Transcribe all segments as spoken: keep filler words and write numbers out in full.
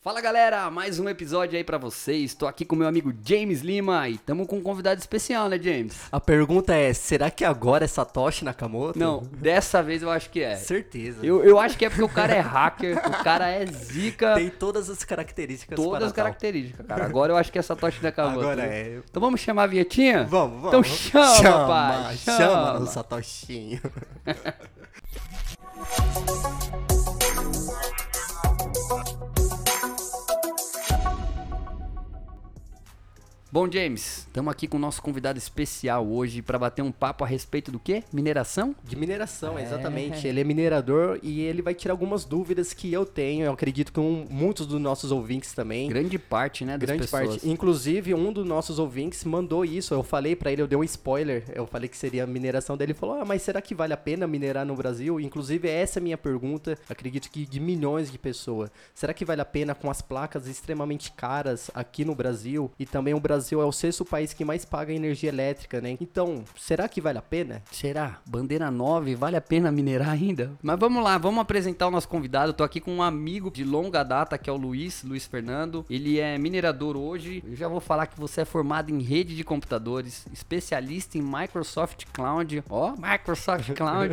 Fala galera, mais um episódio aí pra vocês. Tô aqui com meu amigo James Lima e tamo com um convidado especial, né, James? A pergunta é, será que agora é Satoshi Nakamoto? Não, dessa vez eu acho que é. Certeza. Eu, eu acho que é porque o cara é hacker, o cara é zica. Tem todas as características. Todas as para tal. características, cara. Agora eu acho que é Satoshi Nakamoto. Agora né? é. Então vamos chamar a vinhetinha? Vamos, vamos. Então chama, chama pai. Chama, Chama. o Satoshinho. Bom, James, estamos aqui com o nosso convidado especial hoje para bater um papo a respeito do quê? Mineração? De mineração, É. exatamente. Ele é minerador e ele vai tirar algumas dúvidas que eu tenho. Eu acredito que um, muitos dos nossos ouvintes também. Grande parte, né, das Grande pessoas. parte. Inclusive, um dos nossos ouvintes mandou isso. Eu falei pra ele, eu dei um spoiler. Eu falei que seria a mineração dele. Ele falou, ah, mas será que vale a pena minerar no Brasil? Inclusive, essa é a minha pergunta. Acredito que de milhões de pessoas. Será que vale a pena com as placas extremamente caras aqui no Brasil? E também o Brasil é o sexto país que mais paga energia elétrica, né? Então, será que vale a pena? Será? Bandeira nove, vale a pena minerar ainda? Mas vamos lá, vamos apresentar o nosso convidado. Eu tô aqui com um amigo de longa data, que é o Luiz, Luiz Fernando. Ele é minerador hoje. Eu já vou falar que você é formado em rede de computadores, especialista em Microsoft Cloud. Ó, Microsoft Cloud.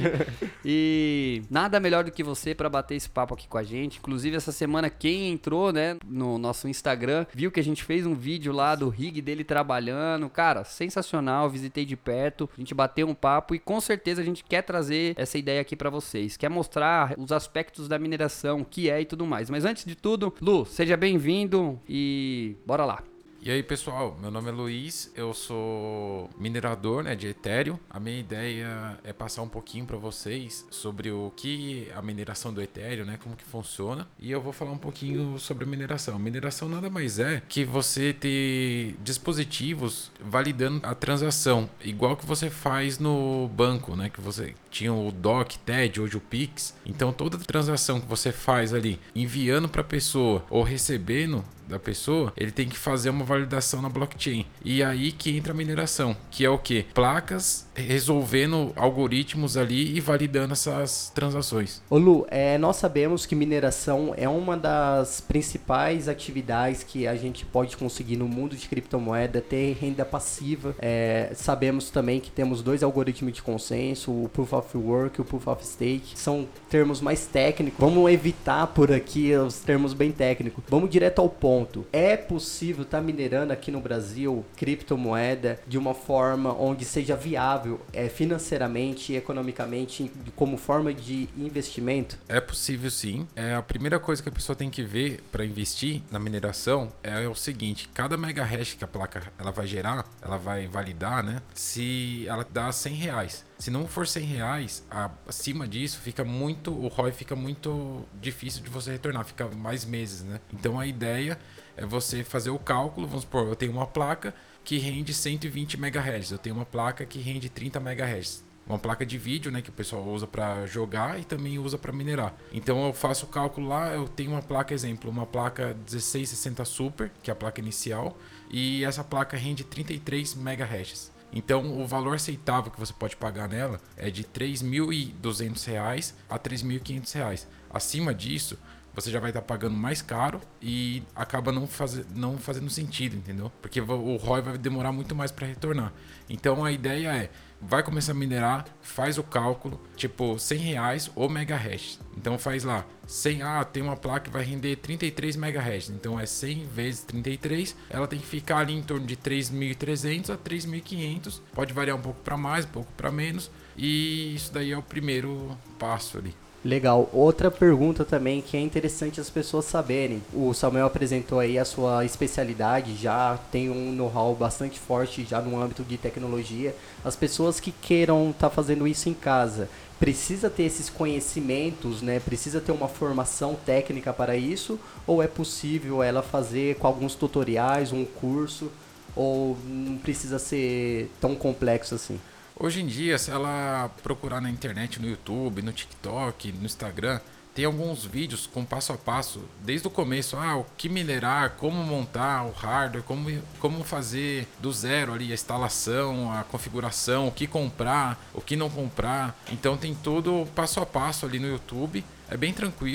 E nada melhor do que você para bater esse papo aqui com a gente. Inclusive, essa semana, quem entrou, né, no nosso Instagram, viu que a gente fez um vídeo lá do rig dele trabalhando, cara, sensacional, visitei de perto, a gente bateu um papo e com certeza a gente quer trazer essa ideia aqui pra vocês, quer mostrar os aspectos da mineração, o que é e tudo mais. Mas antes de tudo, Lu, seja bem-vindo e bora lá. E aí pessoal, meu nome é Luiz, eu sou minerador, né, de Ethereum. A minha ideia é passar um pouquinho para vocês sobre o que a mineração do Ethereum, né, como que funciona. E eu vou falar um pouquinho sobre a mineração. Mineração nada mais é que você ter dispositivos validando a transação, igual que você faz no banco, né, que você tinha o D O C, T E D, hoje o Pix. Então toda transação que você faz ali, enviando para a pessoa ou recebendo da pessoa, ele tem que fazer uma validação na blockchain. E aí que entra a mineração, que é o que? Placas resolvendo algoritmos ali e validando essas transações. Ô Lu, é, nós sabemos que mineração é uma das principais atividades que a gente pode conseguir no mundo de criptomoeda, ter renda passiva. É, sabemos também que temos dois algoritmos de consenso, o Proof of Work e o Proof of Stake. São termos mais técnicos. Vamos evitar por aqui os termos bem técnicos. Vamos direto ao ponto. É possível estar tá minerando aqui no Brasil criptomoeda de uma forma onde seja viável é, financeiramente e economicamente como forma de investimento? É possível sim. É, a primeira coisa que a pessoa tem que ver para investir na mineração é o seguinte: cada megahash que a placa ela vai gerar, ela vai validar, né? Se ela dá cem reais. Se não for cem reais, a, acima disso fica muito, o R O I fica muito difícil de você retornar, fica mais meses, né? Então a ideia é você fazer o cálculo, vamos supor, eu tenho uma placa que rende cento e vinte megahertz, eu tenho uma placa que rende trinta megahertz. Uma placa de vídeo, né, que o pessoal usa para jogar e também usa para minerar. Então eu faço o cálculo lá, eu tenho uma placa, exemplo, uma placa dezesseis sessenta Super, que é a placa inicial, e essa placa rende trinta e três megahertz. Então, o valor aceitável que você pode pagar nela é de três mil e duzentos reais a três mil e quinhentos reais. Acima disso, você já vai estar pagando mais caro e acaba não, faz, não fazendo sentido, entendeu? Porque o R O I vai demorar muito mais para retornar. Então, a ideia é, vai começar a minerar, faz o cálculo, tipo cem reais ou megahash. Então, faz lá, cem, ah, tem uma placa que vai render trinta e três megahash. Então, é cem vezes trinta e três, ela tem que ficar ali em torno de três mil e trezentos a três mil e quinhentos. Pode variar um pouco para mais, um pouco para menos. E isso daí é o primeiro passo ali. Legal. Outra pergunta também que é interessante as pessoas saberem. O Samuel apresentou aí a sua especialidade, já tem um know-how bastante forte já no âmbito de tecnologia. As pessoas que queiram estar tá fazendo isso em casa, precisa ter esses conhecimentos, né? Precisa ter uma formação técnica para isso? Ou é possível ela fazer com alguns tutoriais, um curso? Ou não precisa ser tão complexo assim? Hoje em dia, se ela procurar na internet, no YouTube, no TikTok, no Instagram, tem alguns vídeos com passo a passo, desde o começo, ah, o que minerar, como montar o hardware, como, como fazer do zero ali a instalação, a configuração, o que comprar, o que não comprar. Então tem todo passo a passo ali no YouTube, é bem tranquilo.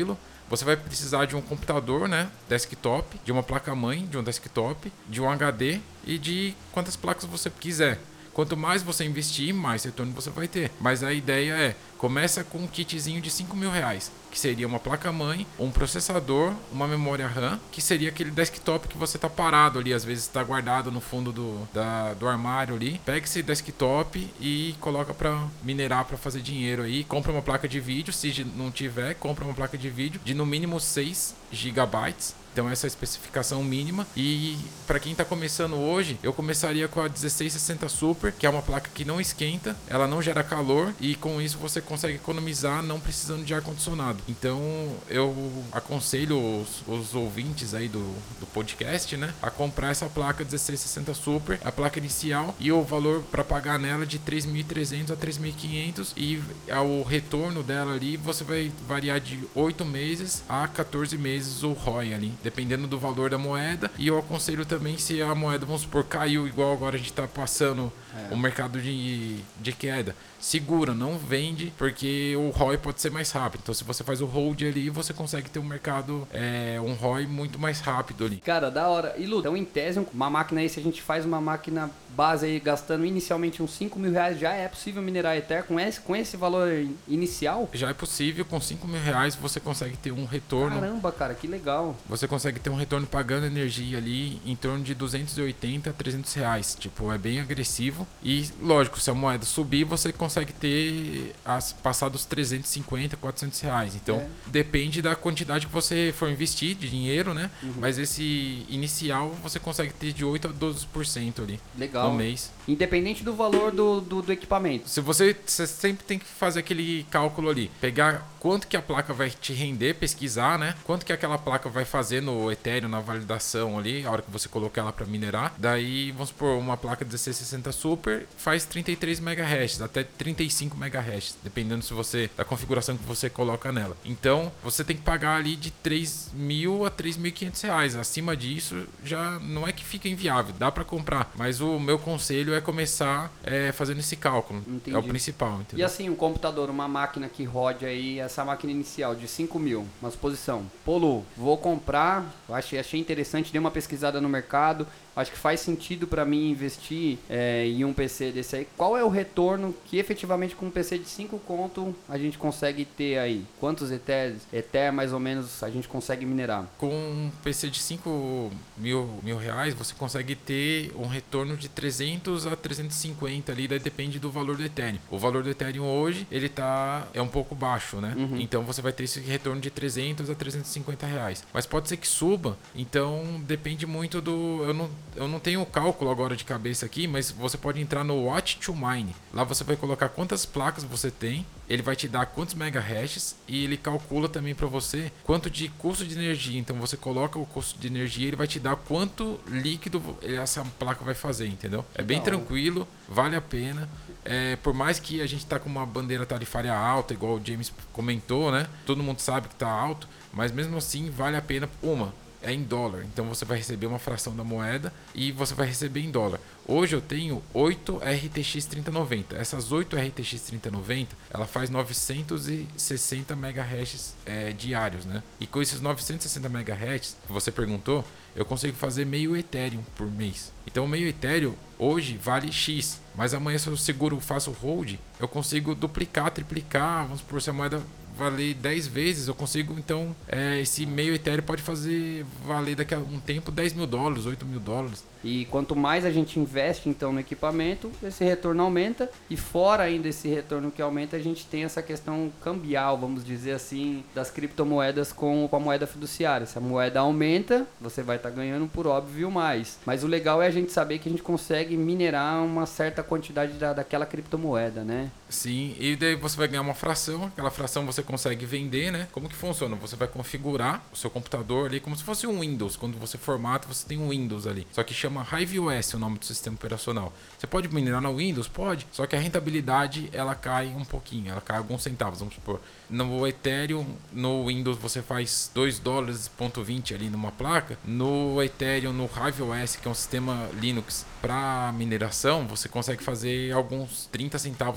você vai precisar de um computador, né, desktop, de uma placa-mãe, de um desktop, de um H D e de quantas placas você quiser. Quanto mais você investir, mais retorno você vai ter. Mas a ideia é, começa com um kitzinho de cinco mil reais, que seria uma placa-mãe, um processador, uma memória RAM, que seria aquele desktop que você está parado ali, às vezes está guardado no fundo do, da, do armário ali. Pega esse desktop e coloca para minerar, para fazer dinheiro aí. Compra uma placa de vídeo, se não tiver, compra uma placa de vídeo de no mínimo seis gigabytes. Então essa é a especificação mínima. E para quem está começando hoje, eu começaria com a dezesseis sessenta Super, que é uma placa que não esquenta, ela não gera calor e com isso você consegue economizar não precisando de ar-condicionado. Então eu aconselho os, os ouvintes aí do, do podcast, né, a comprar essa placa dezesseis sessenta Super, a placa inicial, e o valor para pagar nela de três mil e trezentos a três mil e quinhentos, e o retorno dela ali você vai variar de oito meses a quatorze meses o R O I ali, dependendo do valor da moeda. E eu aconselho também, se a moeda, vamos supor, caiu igual agora a gente está passando é. o mercado de, de queda, segura, não vende, porque o R O I pode ser mais rápido. Então se você faz o hold ali, você consegue ter um mercado, é, um R O I muito mais rápido ali. Cara, da hora. E Lu, então em tese, uma máquina aí, se a gente faz uma máquina base aí, gastando inicialmente uns cinco mil reais, já é possível minerar Ether com esse, com esse valor inicial? Já é possível, com cinco mil reais você consegue ter um retorno. Caramba, cara, que legal. Você consegue ter um retorno pagando energia ali em torno de duzentos e oitenta a trezentos reais. Tipo, é bem agressivo. E lógico, se a moeda subir, você consegue ter as, passar dos trezentos e cinquenta, quatrocentos reais. Então, é. depende da quantidade que você for investir de dinheiro, né? Uhum. Mas esse inicial você consegue ter de oito a doze por cento ali. Legal. No mês. Independente do valor do, do, do equipamento. Se você, você sempre tem que fazer aquele cálculo ali. Pegar quanto que a placa vai te render, pesquisar, né? Quanto que aquela placa vai fazer no Ethereum, na validação ali, a hora que você colocar ela para minerar. Daí, vamos supor, uma placa dezesseis sessenta Super faz trinta e três megahash, até trinta e cinco megahash, dependendo se você, da configuração que você coloca nela. Então, você tem que pagar ali de três mil a três mil e quinhentos reais. Acima disso, já não é que fica inviável, dá para comprar. Mas o meu conselho é começar é, fazendo esse cálculo. Entendi. É o principal, entendeu? E assim, um computador, uma máquina que rode aí, essa máquina inicial de cinco mil, uma suposição. Pô, Lu, vou comprar, achei, achei interessante, dei uma pesquisada no mercado, acho que faz sentido para mim investir é, em um P C desse aí. Qual é o retorno que efetivamente com um P C de cinco conto a gente consegue ter aí? Quantos Ether, Ether mais ou menos a gente consegue minerar? Com um P C de cinco mil, mil reais, você consegue ter um retorno de trezentos a trezentos e cinquenta ali, daí depende do valor do Ethereum. O valor do Ethereum hoje, ele tá, é um pouco baixo, né? Uhum. Então você vai ter esse retorno de trezentos a trezentos e cinquenta reais. Mas pode ser que suba, então depende muito do... Eu não, eu não tenho o cálculo agora de cabeça aqui, mas você pode entrar no Watch to Mine. Lá você vai colocar quantas placas você tem, ele vai te dar quantos megahashes e ele calcula também para você quanto de custo de energia. Então você coloca o custo de energia, ele vai te dar quanto líquido essa placa vai fazer, entendeu? É bem tranquilo, vale a pena. É, por mais que a gente tá com uma bandeira tarifária alta, igual o James comentou, né? Todo mundo sabe que tá alto, mas mesmo assim vale a pena. Uma, é em dólar, então você vai receber uma fração da moeda e você vai receber em dólar. Hoje eu tenho oito R T X trinta noventa. Essas oito R T X trinta noventa, ela faz novecentos e sessenta megahashes é, diários, né? E com esses novecentos e sessenta megahashes que você perguntou, eu consigo fazer meio Ethereum por mês. Então meio Ethereum hoje vale X, mas amanhã se eu seguro, faço hold, eu consigo duplicar, triplicar, vamos supor, se a moeda valer dez vezes, eu consigo, então, é, esse meio Ethereum pode fazer valer daqui a um tempo dez mil dólares, oito mil dólares. E quanto mais a gente investe, então, no equipamento, esse retorno aumenta. E fora ainda esse retorno que aumenta, a gente tem essa questão cambial, vamos dizer assim, das criptomoedas com, com a moeda fiduciária. Se a moeda aumenta, você vai estar tá ganhando, por óbvio, mais. Mas o legal é a gente saber que a gente consegue minerar uma certa quantidade da, daquela criptomoeda, né? Sim, e daí você vai ganhar uma fração, aquela fração você consegue vender, né? Como que funciona? Você vai configurar o seu computador ali como se fosse um Windows. Quando você formata, você tem um Windows ali. Só que chama HiveOS, o nome do sistema operacional. Você pode minerar no Windows? Pode. Só que a rentabilidade, ela cai um pouquinho. Ela cai alguns centavos, vamos supor. No Ethereum, no Windows, você faz dois dólares e vinte ali numa placa. No Ethereum, no HiveOS, que é um sistema Linux para mineração, você consegue fazer alguns trinta centavos a mais.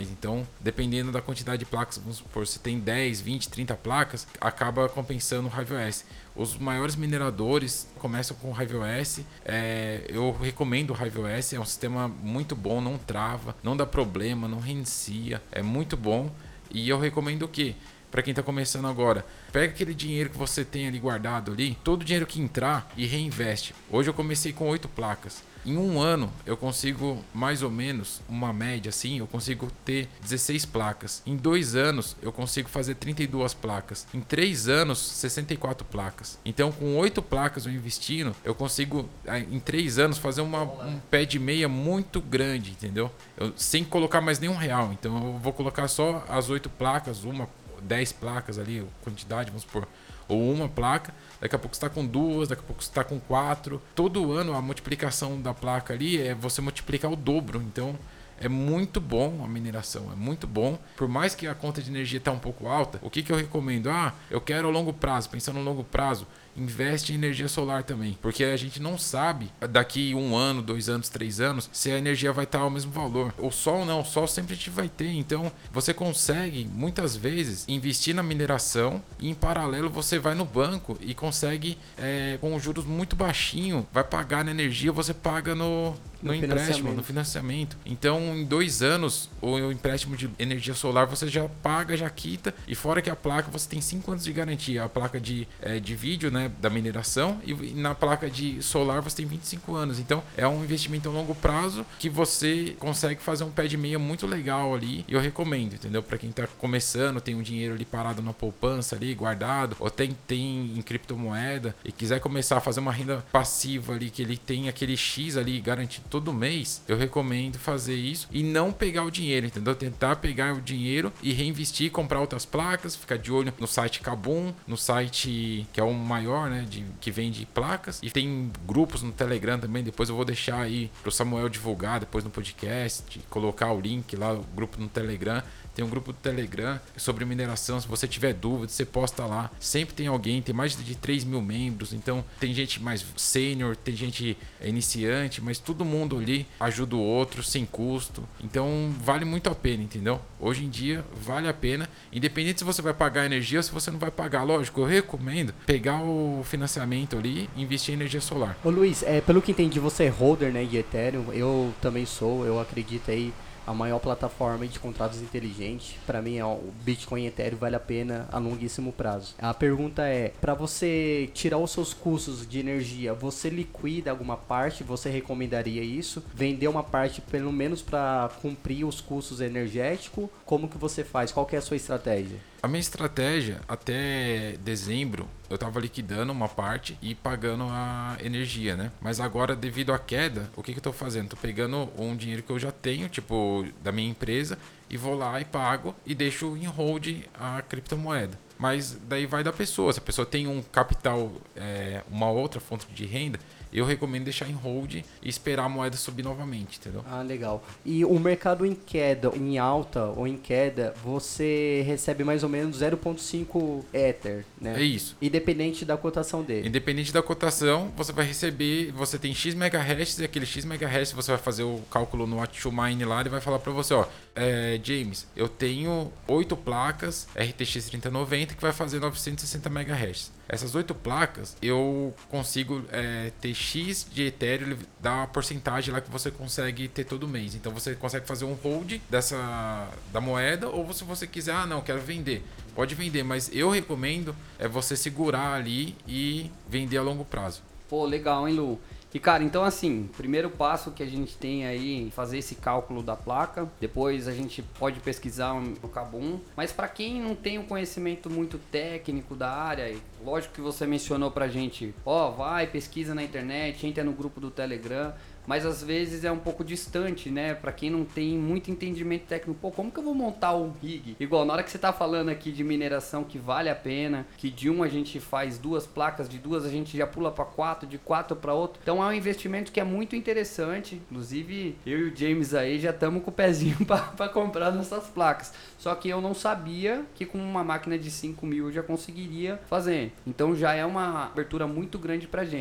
mais. Então, dependendo da quantidade de placas, vamos supor, se tem dez, vinte, trinta placas, acaba compensando o HiveOS. Os maiores mineradores começam com o HiveOS. É, eu recomendo o HiveOS, é um sistema muito bom, não trava, não dá problema, não reinicia, é muito bom. E eu recomendo o quê? Para quem está começando agora, pega aquele dinheiro que você tem ali guardado ali, todo o dinheiro que entrar e reinveste. Hoje eu comecei com oito placas. Em um ano eu consigo mais ou menos uma média assim, eu consigo ter dezesseis placas. Em dois anos eu consigo fazer trinta e duas placas. Em três anos, sessenta e quatro placas. Então com oito placas eu investindo, eu consigo em três anos fazer uma, um pé de meia muito grande, entendeu? Eu, sem colocar mais nenhum real. Então eu vou colocar só as oito placas, uma dez placas ali, quantidade, vamos supor, ou uma placa, daqui a pouco você está com duas, daqui a pouco você está com quatro. Todo ano a multiplicação da placa ali é você multiplicar o dobro, então é muito bom a mineração, é muito bom. Por mais que a conta de energia está um pouco alta, o que, que eu recomendo? Ah, eu quero a longo prazo, pensando no longo prazo, investe em energia solar também, porque a gente não sabe daqui um ano, dois anos, três anos se a energia vai estar ao mesmo valor. O sol não, o sol sempre a gente vai ter. Então você consegue muitas vezes investir na mineração e em paralelo você vai no banco e consegue é, com juros muito baixinho, vai pagar na energia, você paga no No, no empréstimo, no financiamento. Então, em dois anos, o empréstimo de energia solar você já paga, já quita. E fora que a placa, você tem cinco anos de garantia. A placa de, é, de vídeo, né, da mineração. E na placa de solar você tem vinte e cinco anos. Então, é um investimento a longo prazo que você consegue fazer um pé de meia muito legal ali. E eu recomendo, entendeu? Para quem está começando, tem um dinheiro ali parado na poupança ali, guardado. Ou tem, tem em criptomoeda e quiser começar a fazer uma renda passiva ali, que ele tem aquele X ali garantido todo mês, eu recomendo fazer isso e não pegar o dinheiro, entendeu? Tentar pegar o dinheiro e reinvestir, comprar outras placas, ficar de olho no site Kabum, no site que é o maior, né, de, que vende placas, e tem grupos no Telegram também, depois eu vou deixar aí pro Samuel divulgar depois no podcast, colocar o link lá, o grupo no Telegram. Tem um grupo do Telegram sobre mineração. Se você tiver dúvida, você posta lá. Sempre tem alguém, tem mais de três mil membros. Então tem gente mais sênior, tem gente iniciante, mas todo mundo ali ajuda o outro sem custo. Então vale muito a pena, entendeu? Hoje em dia vale a pena. Independente se você vai pagar energia ou se você não vai pagar. Lógico, eu recomendo pegar o financiamento ali e investir em energia solar. Ô Luiz, é, pelo que entendi, você é holder, né, de Ethereum. Eu também sou, eu acredito aí. A maior plataforma de contratos inteligentes, para mim, é o Bitcoin e Ethereum, vale a pena a longuíssimo prazo. A pergunta é, para você tirar os seus custos de energia, você liquida alguma parte? Você recomendaria isso? Vender uma parte, pelo menos, para cumprir os custos energéticos? Como que você faz? Qual que é a sua estratégia? A minha estratégia, até dezembro, eu estava liquidando uma parte e pagando a energia, né? Mas agora, devido à queda, o que, que eu estou fazendo? Estou pegando um dinheiro que eu já tenho, tipo, da minha empresa, e vou lá e pago e deixo em hold a criptomoeda. Mas daí vai da pessoa. Se a pessoa tem um capital, é, uma outra fonte de renda, eu recomendo deixar em hold e esperar a moeda subir novamente, entendeu? Ah, legal. E o mercado em queda, em alta ou em queda, você recebe mais ou menos zero vírgula cinco Ether, né? É isso. Independente da cotação dele. Independente da cotação, você vai receber, você tem X megahertz e aquele X megahertz você vai fazer o cálculo no What to Mine lá e vai falar para você, ó, é, James, eu tenho oito placas R T X trinta noventa que vai fazer novecentos e sessenta megahertz. Essas oito placas, eu consigo é, ter X de Ethereum, dá a porcentagem lá que você consegue ter todo mês. Então você consegue fazer um hold dessa, da moeda, ou se você quiser, ah não, quero vender. Pode vender, mas eu recomendo é você segurar ali e vender a longo prazo. Pô, legal, hein, Lu? E, cara, então assim, primeiro passo que a gente tem aí, fazer esse cálculo da placa. Depois a gente pode pesquisar no Kabum. Mas para quem não tem um conhecimento muito técnico da área, lógico que você mencionou pra gente, ó, vai, pesquisa na internet, entra no grupo do Telegram. Mas às vezes é um pouco distante, né? Pra quem não tem muito entendimento técnico. Pô, como que eu vou montar um rig? Igual, na hora que você tá falando aqui de mineração que vale a pena, que de um a gente faz duas placas, de duas a gente já pula pra quatro, de quatro pra outro. Então é um investimento que é muito interessante. Inclusive, eu e o James aí já estamos com o pezinho pra, pra comprar nossas placas. Só que eu não sabia que com uma máquina de cinco mil eu já conseguiria fazer. Então já é uma abertura muito grande pra gente.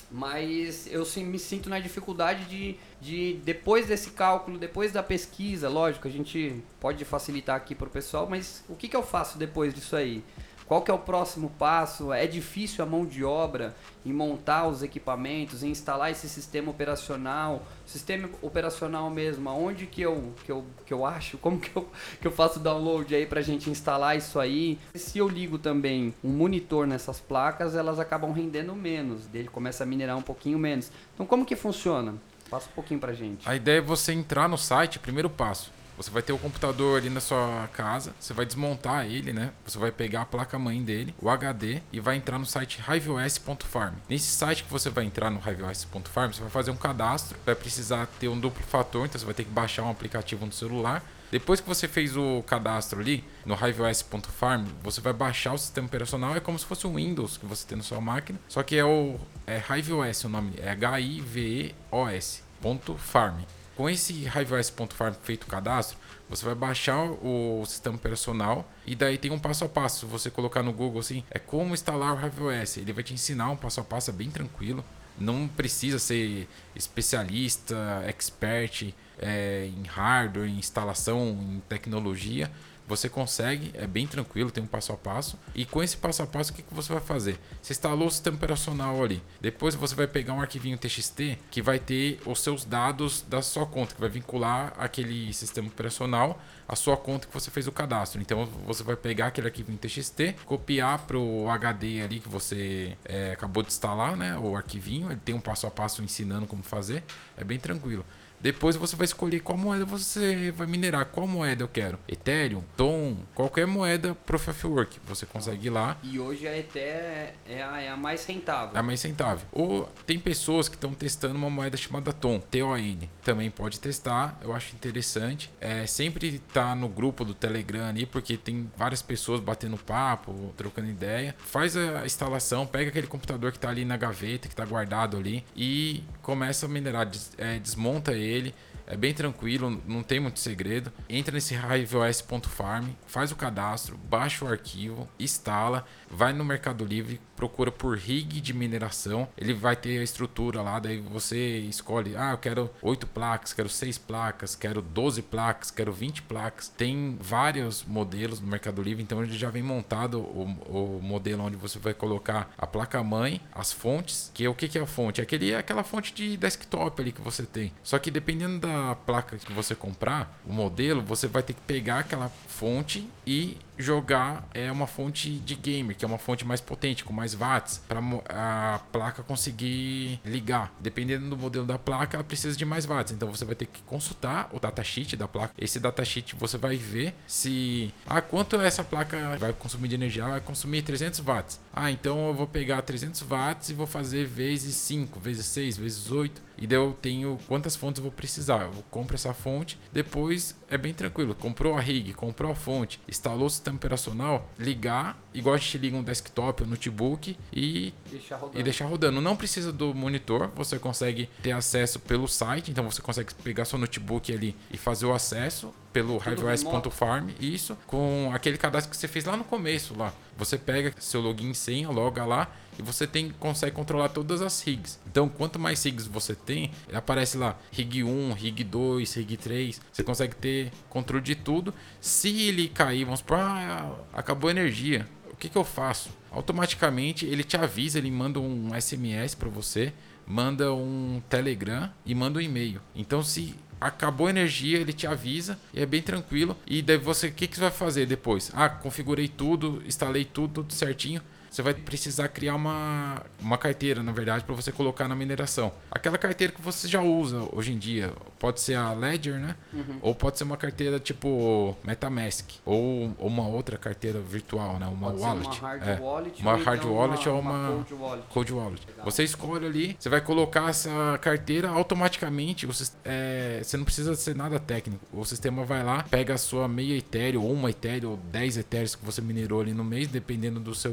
mas eu sim, me sinto na dificuldade de, de, depois desse cálculo, depois da pesquisa, lógico, a gente pode facilitar aqui para o pessoal, mas o que, que eu faço depois disso aí? Qual que é o próximo passo? É difícil a mão de obra em montar os equipamentos, em instalar esse sistema operacional, sistema operacional mesmo, aonde que eu, que eu, que eu acho, como que eu, que eu faço download aí pra gente instalar isso aí? Se eu ligo também um monitor nessas placas, elas acabam rendendo menos, dele começa a minerar um pouquinho menos. Então como que funciona? Passa um pouquinho pra gente. A ideia é você entrar no site, primeiro passo. Você vai ter o computador ali na sua casa, você vai desmontar ele, né? Você vai pegar a placa-mãe dele, o H D, e vai entrar no site hiveos ponto farm. Nesse site que você vai entrar no hiveos ponto farm, você vai fazer um cadastro, vai precisar ter um duplo fator, então você vai ter que baixar um aplicativo no celular. Depois que você fez o cadastro ali no hiveos ponto farm, você vai baixar o sistema operacional, é como se fosse o Windows que você tem na sua máquina, só que é o é HiveOS o nome, é H I V E O S ponto farm. Com esse hiveos ponto farm feito o cadastro, você vai baixar o sistema operacional e daí tem um passo a passo. Se você colocar no Google assim, é como instalar o HiveOS. Ele vai te ensinar um passo a passo, é bem tranquilo. Não precisa ser especialista, expert é, em hardware, em instalação, em tecnologia. Você consegue, é bem tranquilo, tem um passo a passo. E com esse passo a passo, o que, que você vai fazer? Você instalou o sistema operacional ali. Depois você vai pegar um arquivinho T X T que vai ter os seus dados da sua conta, que vai vincular aquele sistema operacional à sua conta que você fez o cadastro. Então você vai pegar aquele arquivinho T X T, copiar para o H D ali que você é, acabou de instalar, né? O arquivinho, ele tem um passo a passo ensinando como fazer. É bem tranquilo. Depois você vai escolher qual moeda você vai minerar. Qual moeda eu quero? Ethereum, Tom, qualquer moeda Proof of Work. Você consegue ir lá. E hoje a Ether é a, é a mais rentável. É a mais rentável. Ou tem pessoas que estão testando uma moeda chamada Tom, T O N. Também pode testar, eu acho interessante. É, sempre tá no grupo do Telegram ali, porque tem várias pessoas batendo papo, trocando ideia. Faz a instalação, pega aquele computador que tá ali na gaveta, que tá guardado ali, e começa a minerar. Des, é, desmonta ele. Ele é bem tranquilo, não tem muito segredo. Entra nesse hiveos ponto farm, faz o cadastro, baixa o arquivo, instala, vai no Mercado Livre, procura por rig de mineração. Ele vai ter a estrutura lá, daí você escolhe, ah, eu quero oito placas, quero seis placas, quero doze placas, quero vinte placas. Tem vários modelos no Mercado Livre, então ele já vem montado o, o modelo onde você vai colocar a placa-mãe, as fontes, que é o que, que é a fonte? É aquele, aquela fonte de desktop ali que você tem. Só que dependendo da placa que você comprar, o modelo, você vai ter que pegar aquela fonte e jogar é uma fonte de gamer, que é uma fonte mais potente, com mais watts, para a placa conseguir ligar. Dependendo do modelo da placa, ela precisa de mais watts. Então você vai ter que consultar o datasheet da placa. Esse datasheet você vai ver se ah, quanto essa placa vai consumir de energia. Ela vai consumir trezentos watts. Ah, então eu vou pegar trezentos watts e vou fazer vezes cinco, vezes seis, vezes oito. E daí eu tenho quantas fontes eu vou precisar. Eu compro essa fonte, depois é bem tranquilo. Comprou a rig, comprou a fonte, instalou o sistema operacional, ligar, igual a gente liga um desktop ou notebook e deixar rodando. E deixar rodando. Não precisa do monitor, você consegue ter acesso pelo site, então você consegue pegar seu notebook ali e fazer o acesso pelo hiveos ponto farm, isso, com aquele cadastro que você fez lá no começo lá. Você pega seu login e senha, loga lá e você tem, consegue controlar todas as rigs. Então, quanto mais rigs você tem, aparece lá rig um, rig dois, rig três. Você consegue ter controle de tudo. Se ele cair, vamos supor, ah, acabou a energia. O que, que eu faço? Automaticamente ele te avisa, ele manda um S M S para você, manda um Telegram e manda um e-mail. Então, se acabou a energia, ele te avisa e é bem tranquilo. E daí você, o que, que você vai fazer depois? Ah, configurei tudo, instalei tudo, tudo certinho. Você vai precisar criar uma, uma carteira, na verdade, para você colocar na mineração. Aquela carteira que você já usa hoje em dia. Pode ser a Ledger, né? Uhum. Ou pode ser uma carteira tipo MetaMask. Ou, ou uma outra carteira virtual, né? Uma pode wallet. Ser uma hard é. wallet. Uma ou hard então wallet uma, ou uma, uma cold wallet. Cold wallet. Legal. Você escolhe ali, você vai colocar essa carteira automaticamente. Você, é, você não precisa ser nada técnico. O sistema vai lá, pega a sua meia Ethereum, ou uma Ethereum, ou dez Ethereum que você minerou ali no mês, dependendo do seu poder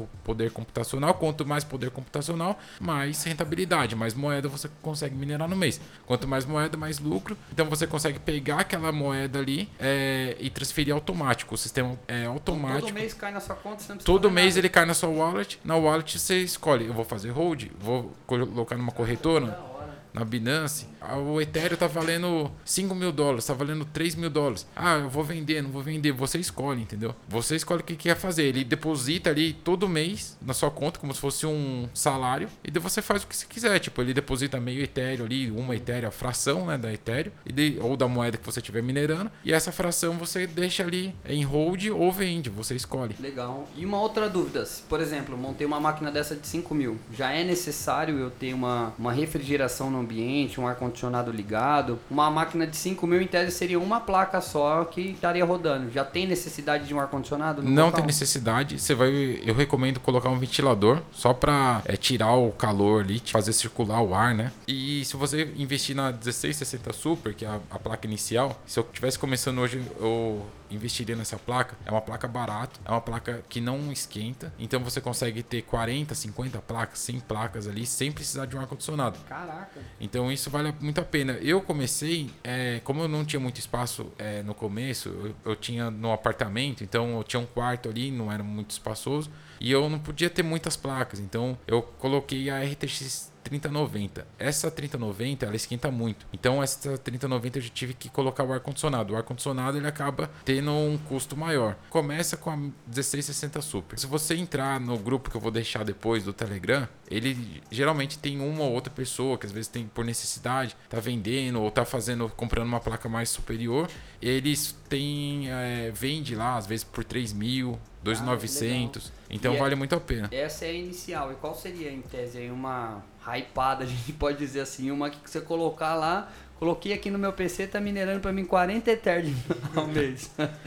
computacional. Quanto mais poder computacional, mais rentabilidade, mais moeda você consegue minerar no mês. Quanto mais moeda, mais lucro. Então você consegue pegar aquela moeda ali é, e transferir automático. O sistema é automático. Todo mês cai na sua conta, você não precisa Todo fazer mês nada. ele cai na sua wallet. Na wallet você escolhe, eu vou fazer hold, vou colocar numa corretora, na Binance. O Ethereum tá valendo cinco mil dólares, tá valendo três mil dólares. Ah, eu vou vender, não vou vender. Você escolhe, entendeu? Você escolhe o que quer fazer. Ele deposita ali todo mês na sua conta, como se fosse um salário. E daí você faz o que você quiser. Tipo, ele deposita meio Ethereum ali, uma Ethereum, a fração, né, da Ethereum. E de, ou da moeda que você estiver minerando. E essa fração você deixa ali em hold ou vende. Você escolhe. Legal. E uma outra dúvida. Se, por exemplo, montei uma máquina dessa de cinco mil. Já é necessário eu ter uma, uma refrigeração no ambiente, um ar-condicionado ligado? Uma máquina de cinco mil, em tese, seria uma placa só que estaria rodando. Já tem necessidade de um ar-condicionado? Não local? tem necessidade. Você vai, eu recomendo colocar um ventilador só para é, tirar o calor ali, fazer circular o ar, né? E se você investir na dezesseis sessenta Super, que é a, a placa inicial, se eu tivesse começando hoje, eu investiria nessa placa. É uma placa barata, é uma placa que não esquenta, então você consegue ter quarenta, cinquenta placas, cem placas ali sem precisar de um ar-condicionado. Caraca. Então isso vale muito a pena. Eu comecei, é, como eu não tinha muito espaço é, no começo, eu, eu tinha no apartamento, então eu tinha um quarto ali, não era muito espaçoso, e eu não podia ter muitas placas, então eu coloquei a R T X trinta noventa. Essa trinta noventa, ela esquenta muito. Então essa trinta noventa eu já tive que colocar o ar-condicionado. O ar-condicionado ele acaba tendo um custo maior. Começa com a dezesseis sessenta Super. Se você entrar no grupo que eu vou deixar depois do Telegram, ele geralmente tem uma ou outra pessoa que às vezes tem por necessidade, tá vendendo ou tá fazendo, comprando uma placa mais superior. Eles têm, é, vende lá às vezes por três mil, dois mil e novecentos. Então E vale é- muito a pena. Essa é a inicial. E qual seria, em tese, aí uma hypada, a gente pode dizer assim, uma que você colocar lá, coloquei aqui no meu P C, tá minerando pra mim quarenta Ether ao mês.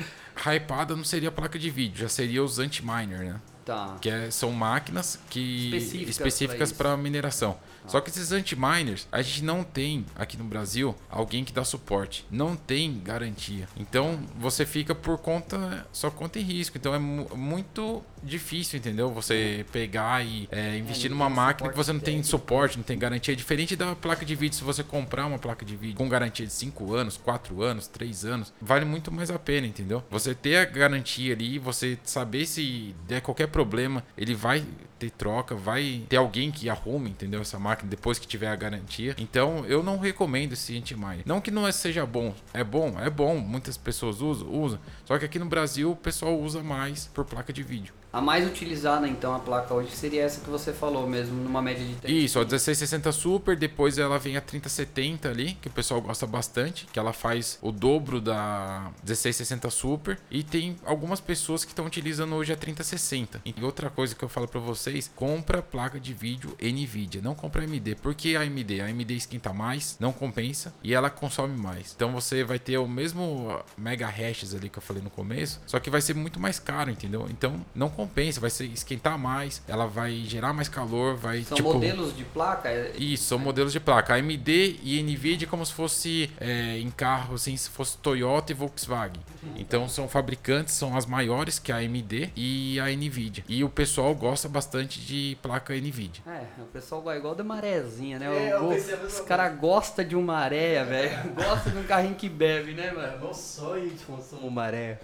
Hypada não seria a placa de vídeo, já seria os anti-miner, né? Tá. Que é- são máquinas que Específicas específicas pra para mineração. Só que esses anti-miners, a gente não tem aqui no Brasil alguém que dá suporte. Não tem garantia. Então você fica por conta, só conta em risco. Então é mu- muito difícil, entendeu? Você pegar e é, investir não numa tem máquina que suporte você não tem técnico. suporte, não tem garantia. É diferente da placa de vídeo. Se você comprar uma placa de vídeo com garantia de cinco anos, quatro anos, três anos, vale muito mais a pena, entendeu? Você ter a garantia ali, você saber se der qualquer problema, ele vai ter troca, vai ter alguém que arrume, entendeu? Essa máquina depois que tiver a garantia. Então eu não recomendo esse anti-miner. Não que não seja bom, é bom, é bom, muitas pessoas usam, usam. Só que aqui no Brasil o pessoal usa mais por placa de vídeo. A mais utilizada, então, a placa hoje seria essa que você falou mesmo, numa média de três. Isso, a dezesseis sessenta Super, depois ela vem a trinta setenta ali, que o pessoal gosta bastante, que ela faz o dobro da dezesseis sessenta Super, e tem algumas pessoas que estão utilizando hoje a trinta sessenta. E outra coisa que eu falo pra vocês, compra placa de vídeo Nvidia, não compra A M D. Por que a A M D? A AMD esquenta mais, não compensa, e ela consome mais. Então você vai ter o mesmo mega hashes ali que eu falei no começo, só que vai ser muito mais caro, entendeu? Então não compensa, vai ser esquentar mais, ela vai gerar mais calor, vai São tipo... modelos de placa? é- Isso, são modelos de placa. A AMD e Nvidia é como se fosse é, em carro, assim, se fosse Toyota e Volkswagen. Então são fabricantes, são as maiores que a AMD e a Nvidia. E o pessoal gosta bastante de placa Nvidia. É, o pessoal gosta igual da marezinha, né? É, eu O- pensei a mesma os coisa. caras gostam de uma areia, velho. Gostam de um carrinho que bebe, né, É mano? meu sonho de consumo maré.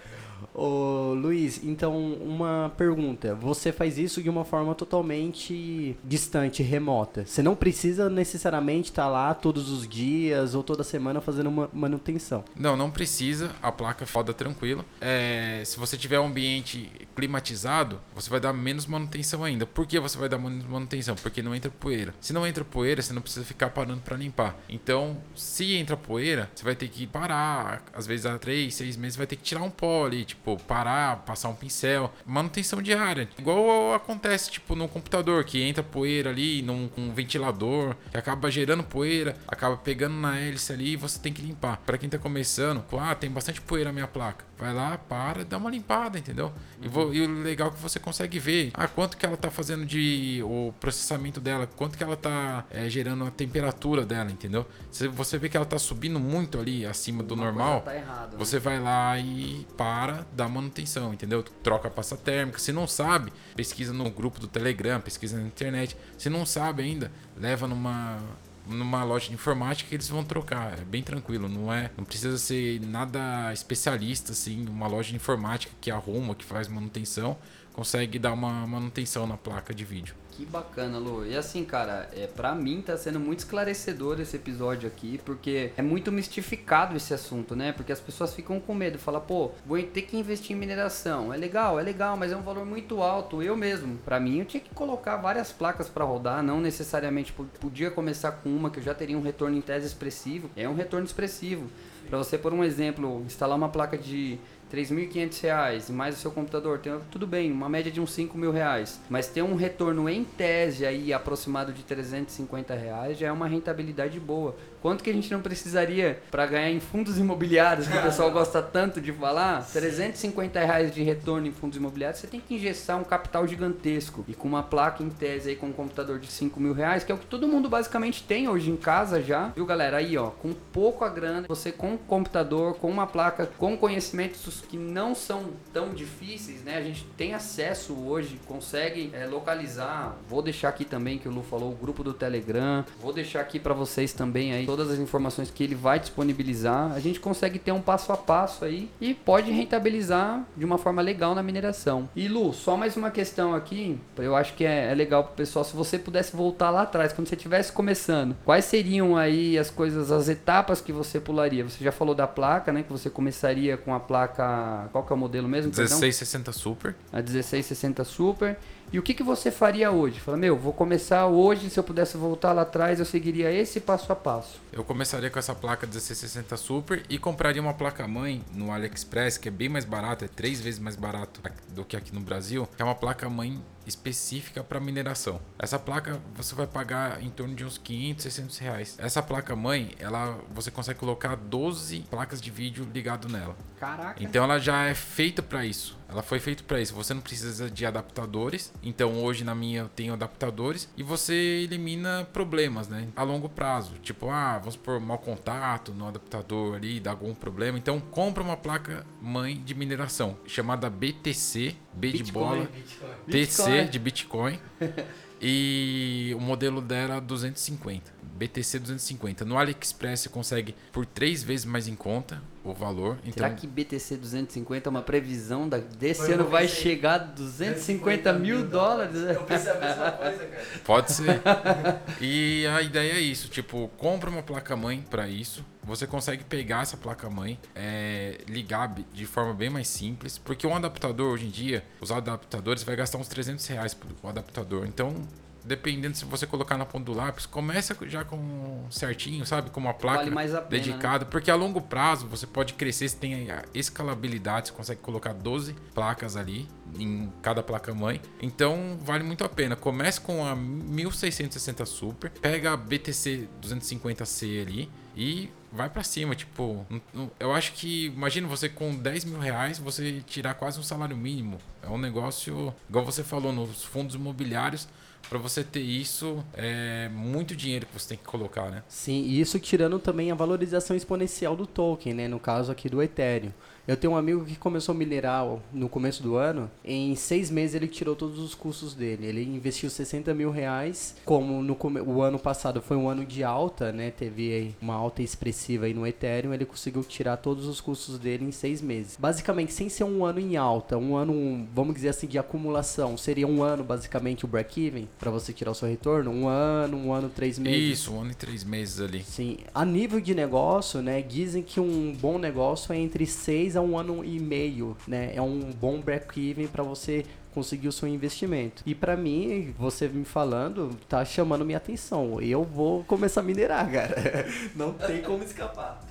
Ô Luiz, então uma pergunta. Você faz isso de uma forma totalmente distante, remota. Você não precisa necessariamente estar lá todos os dias ou toda semana fazendo uma manutenção. Não, não precisa. A placa roda tranquilo. É, se você tiver um ambiente climatizado, você vai dar menos manutenção ainda. Por que você vai dar menos manutenção? Porque não entra poeira. Se não entra poeira, você não precisa ficar parando para limpar. Então, se entra poeira, você vai ter que parar. Às vezes, há três, seis meses, vai ter que tirar um pó ali. Tipo, parar, passar um pincel. Manutenção diária. Igual acontece, tipo, no computador, que entra poeira ali, num um ventilador, que acaba gerando poeira, acaba pegando na hélice ali e você tem que limpar. Para quem tá começando, ah, tem bastante poeira na minha placa. vai lá, para, dá uma limpada, entendeu? E, vou, e o legal é que você consegue ver ah, quanto que ela tá fazendo de o processamento dela, quanto que ela tá é, gerando a temperatura dela, entendeu? Se você vê que ela tá subindo muito ali acima do Uma normal, coisa tá errado, né? você vai lá e para, dá manutenção, entendeu? Troca a pasta térmica. Se não sabe, pesquisa no grupo do Telegram, pesquisa na internet. Se não sabe ainda, leva numa numa loja de informática que eles vão trocar. É bem tranquilo, não é, não precisa ser nada especialista assim, uma loja de informática que arruma, que faz manutenção, consegue dar uma manutenção na placa de vídeo. Que bacana, Lu. E assim, cara, é, pra mim tá sendo muito esclarecedor esse episódio aqui, porque é muito mistificado esse assunto, né? Porque as pessoas ficam com medo, falam, pô, vou ter que investir em mineração. É legal, é legal, mas é um valor muito alto. Eu mesmo, pra mim, eu tinha que colocar várias placas pra rodar, não necessariamente podia começar com uma que eu já teria um retorno em tese expressivo. É um retorno expressivo. Pra você, por um exemplo, instalar uma placa de três mil e quinhentos reais e mais o seu computador, tem, tudo bem, uma média de uns cinco mil reais, mas ter um retorno em tese aí aproximado de trezentos e cinquenta reais já é uma rentabilidade boa. Quanto que a gente não precisaria para ganhar em fundos imobiliários, que o pessoal gosta tanto de falar? trezentos e cinquenta reais de retorno em fundos imobiliários, você tem que engessar um capital gigantesco. E com uma placa em tese aí com um computador de cinco mil reais, que é o que todo mundo basicamente tem hoje em casa já. Viu, galera? Aí, ó, com pouco a grana, você com um computador, com uma placa, com conhecimentos que não são tão difíceis, né? A gente tem acesso hoje, consegue é, localizar. Vou deixar aqui também, que o Lu falou, o grupo do Telegram. Vou deixar aqui para vocês também aí todas as informações que ele vai disponibilizar. A gente consegue ter um passo a passo aí e pode rentabilizar de uma forma legal na mineração. E Lu, só mais uma questão aqui, eu acho que é, é legal pro pessoal, se você pudesse voltar lá atrás, quando você estivesse começando, quais seriam aí as coisas, as etapas que você pularia? Você já falou da placa, né? Que você começaria com a placa, qual que é o modelo mesmo? dezesseis sessenta Super. A dezesseis sessenta Super. E o que, que você faria hoje? Fala, meu, vou começar hoje, se eu pudesse voltar lá atrás, eu seguiria esse passo a passo. Eu começaria com essa placa dezesseis sessenta Super e compraria uma placa-mãe no AliExpress, que é bem mais barato, é três vezes mais barato do que aqui no Brasil, que é uma placa-mãe específica para mineração. Essa placa você vai pagar em torno de uns quinhentos, seiscentos reais. Essa placa-mãe, ela, você consegue colocar doze placas de vídeo ligado nela. Caraca! Então ela já é feita para isso. Ela foi feita para isso. Você não precisa de adaptadores. Então hoje na minha eu tenho adaptadores e você elimina problemas, né? A longo prazo. Tipo, ah, vamos por mau contato no adaptador ali, dá algum problema. Então compra uma placa mãe de mineração chamada B T C, B de Bitcoin, bola, Bitcoin. T C de Bitcoin. E o modelo dela é duzentos e cinquenta. B T C duzentos e cinquenta. No AliExpress você consegue por três vezes mais em conta o valor. Então, será que B T C duzentos e cinquenta é uma previsão da, desse ano vai chegar a duzentos e cinquenta mil dólares? Eu pensei a mesma coisa, cara. Pode ser. E a ideia é isso, tipo, compra uma placa-mãe para isso. Você consegue pegar essa placa-mãe, é, ligar de forma bem mais simples, porque um adaptador hoje em dia, os adaptadores vai gastar uns trezentos reais pro adaptador. Então, dependendo se você colocar na ponta do lápis, começa já com certinho, sabe? Com uma placa vale mais a pena, dedicada, né? Porque a longo prazo você pode crescer, você tem a escalabilidade, você consegue colocar doze placas ali em cada placa-mãe. Então vale muito a pena. Comece com a mil seiscentos e sessenta Super, pega a B T C duzentos e cinquenta C ali e vai pra cima, tipo, eu acho que, imagina você com dez mil reais, você tirar quase um salário mínimo. É um negócio, igual você falou, nos fundos imobiliários, para você ter isso, é muito dinheiro que você tem que colocar, né? Sim, e isso tirando também a valorização exponencial do token, né? No caso aqui do Ethereum. Eu tenho um amigo que começou a minerar no começo do ano. Em seis meses ele tirou todos os custos dele. Ele investiu sessenta mil reais. Como no come... o ano passado foi um ano de alta, né? Teve uma alta expressiva aí no Ethereum. Ele conseguiu tirar todos os custos dele em seis meses. Basicamente, sem ser um ano em alta, um ano, vamos dizer assim, de acumulação. Seria um ano, basicamente, o break-even para você tirar o seu retorno. Um ano, um ano, três meses. Isso, um ano e três meses ali. Sim. A nível de negócio, né? Dizem que um bom negócio é entre seis a um ano e meio, né? É um bom break-even para você conseguir o seu investimento. E para mim, você me falando, tá chamando minha atenção. Eu vou começar a minerar, cara. Não tem como escapar.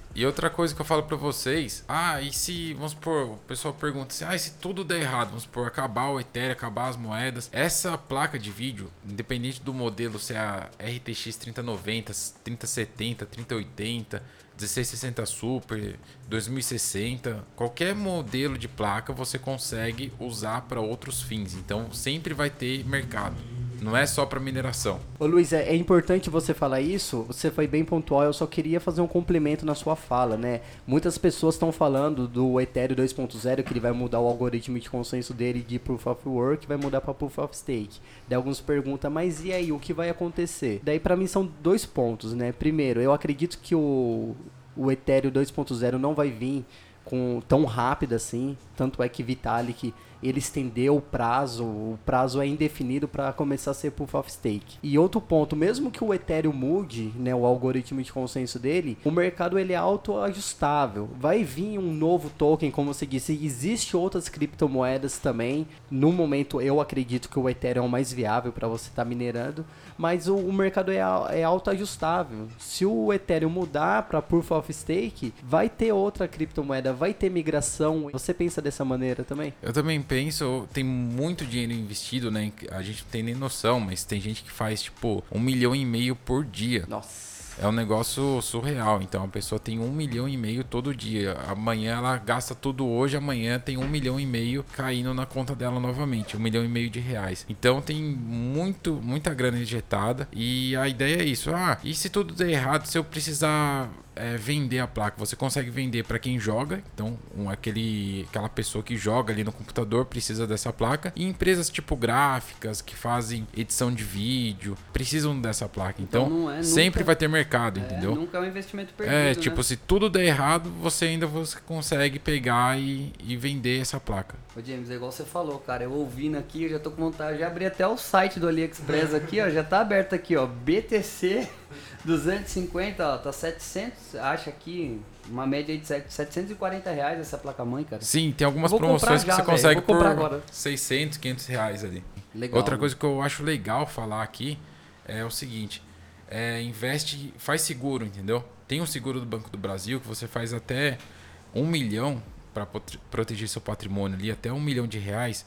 E outra coisa que eu falo pra vocês, ah, e se, vamos supor, o pessoal pergunta assim, ah, e se tudo der errado, vamos supor, acabar o Ethereum, acabar as moedas, essa placa de vídeo, independente do modelo, se é a R T X trinta noventa, trinta setenta, trinta oitenta, dezesseis sessenta Super, dois mil e sessenta, qualquer modelo de placa você consegue usar para outros fins, então sempre vai ter mercado. Não é só para mineração. Ô Luiz, é, é importante você falar isso, você foi bem pontual, eu só queria fazer um complemento na sua fala, né? Muitas pessoas estão falando do Ethereum dois ponto zero, que ele vai mudar o algoritmo de consenso dele de Proof of Work, vai mudar para Proof of Stake. Daí alguns perguntam, mas e aí, o que vai acontecer? Daí para mim são dois pontos, né? Primeiro, eu acredito que o, o Ethereum dois ponto zero não vai vir com, tão rápido assim, tanto é que Vitalik ele estendeu o prazo, o prazo é indefinido para começar a ser Proof of Stake. E outro ponto, mesmo que o Ethereum mude, né, o algoritmo de consenso dele, o mercado ele é autoajustável. Vai vir um novo token, como você disse, existe outras criptomoedas também. No momento eu acredito que o Ethereum é o mais viável para você estar tá minerando, mas o, o mercado é, é autoajustável. Se o Ethereum mudar para Proof of Stake, vai ter outra criptomoeda, vai ter migração. Você pensa dessa maneira também? Eu também penso, tem muito dinheiro investido, né? A gente não tem nem noção, mas tem gente que faz tipo um milhão e meio por dia. Nossa. É um negócio surreal. Então a pessoa tem um milhão e meio todo dia. Amanhã ela gasta tudo hoje, amanhã tem um milhão e meio caindo na conta dela novamente. Um milhão e meio de reais. Então tem muito, muita grana injetada. E a ideia é isso. Ah, e se tudo der errado, se eu precisar É, vender a placa, você consegue vender para quem joga, então um, aquele, aquela pessoa que joga ali no computador precisa dessa placa, e empresas tipo gráficas que fazem edição de vídeo precisam dessa placa, então, então não é, sempre nunca, vai ter mercado, é, entendeu? Nunca é um investimento perdido, é tipo, né? Se tudo der errado, você ainda você consegue pegar e, e vender essa placa. Ô James, é igual você falou, cara, eu ouvindo aqui, eu já tô com vontade, já abri até o site do AliExpress aqui, ó, já tá aberto aqui, ó, B T C duzentos e cinquenta, ó, tá setecentos, acha aqui uma média de setecentos e quarenta reais essa placa-mãe, cara. Sim, tem algumas promoções que você consegue por seiscentos, quinhentos reais ali. Legal, Outra né? coisa que eu acho legal falar aqui é o seguinte, é, investe, faz seguro, entendeu? Tem um seguro do Banco do Brasil que você faz até um milhão para proteger seu patrimônio ali, até um milhão de reais,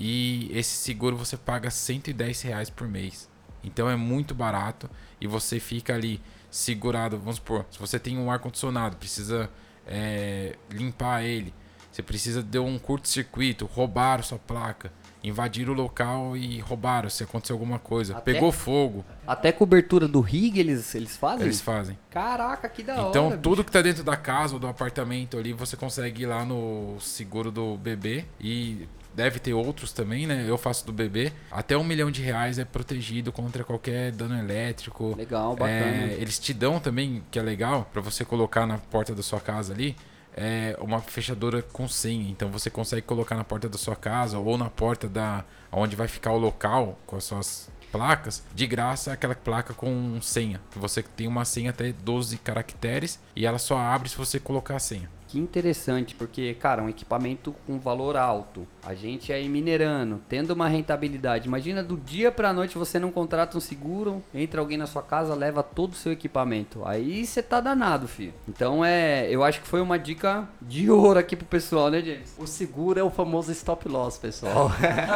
e esse seguro você paga cento e dez reais por mês. Então é muito barato e você fica ali segurado. Vamos supor, se você tem um ar-condicionado, precisa é, limpar ele, você precisa de um curto-circuito, roubaram sua placa, invadiram o local e roubaram, se aconteceu alguma coisa, até, pegou fogo. Até cobertura do rig eles, eles fazem? Eles fazem. Caraca, que da hora. Então tudo bicho. que tá dentro da casa ou do apartamento ali, você consegue ir lá no seguro do B B e... Deve ter outros também, né? Eu faço do B B. Até um milhão de reais é protegido contra qualquer dano elétrico. Legal, bacana. É, eles te dão também, que é legal, para você colocar na porta da sua casa ali, é uma fechadura com senha. Então você consegue colocar na porta da sua casa ou na porta da onde vai ficar o local com as suas placas, de graça, aquela placa com senha. Que você tem uma senha até doze caracteres e ela só abre se você colocar a senha. Que interessante, porque, cara, um equipamento com valor alto, a gente aí minerando, tendo uma rentabilidade. Imagina do dia pra noite você não contrata um seguro, entra alguém na sua casa, leva todo o seu equipamento. Aí você tá danado, filho. Então é, eu acho que foi uma dica de ouro aqui pro pessoal, né, James? O seguro é o famoso stop loss, pessoal.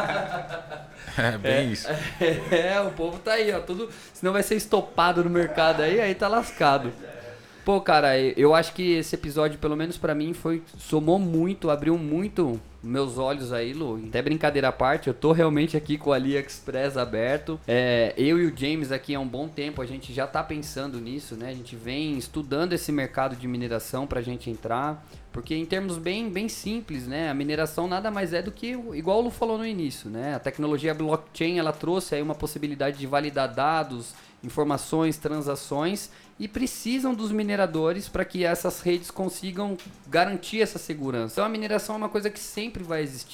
É bem é, isso. É, é, o povo tá aí, ó, tudo, senão vai ser estopado no mercado aí, aí tá lascado. Pô, cara, eu acho que esse episódio, pelo menos pra mim, foi somou muito, abriu muito meus olhos aí, Lu. Até brincadeira à parte, eu tô realmente aqui com o AliExpress aberto. É, eu e o James aqui há um bom tempo, a gente já tá pensando nisso, né? A gente vem estudando esse mercado de mineração pra gente entrar. Porque em termos bem, bem simples, né? A mineração nada mais é do que, igual o Lu falou no início, né? A tecnologia blockchain, ela trouxe aí uma possibilidade de validar dados, informações, transações, e precisam dos mineradores para que essas redes consigam garantir essa segurança. Então a mineração é uma coisa que sempre vai existir,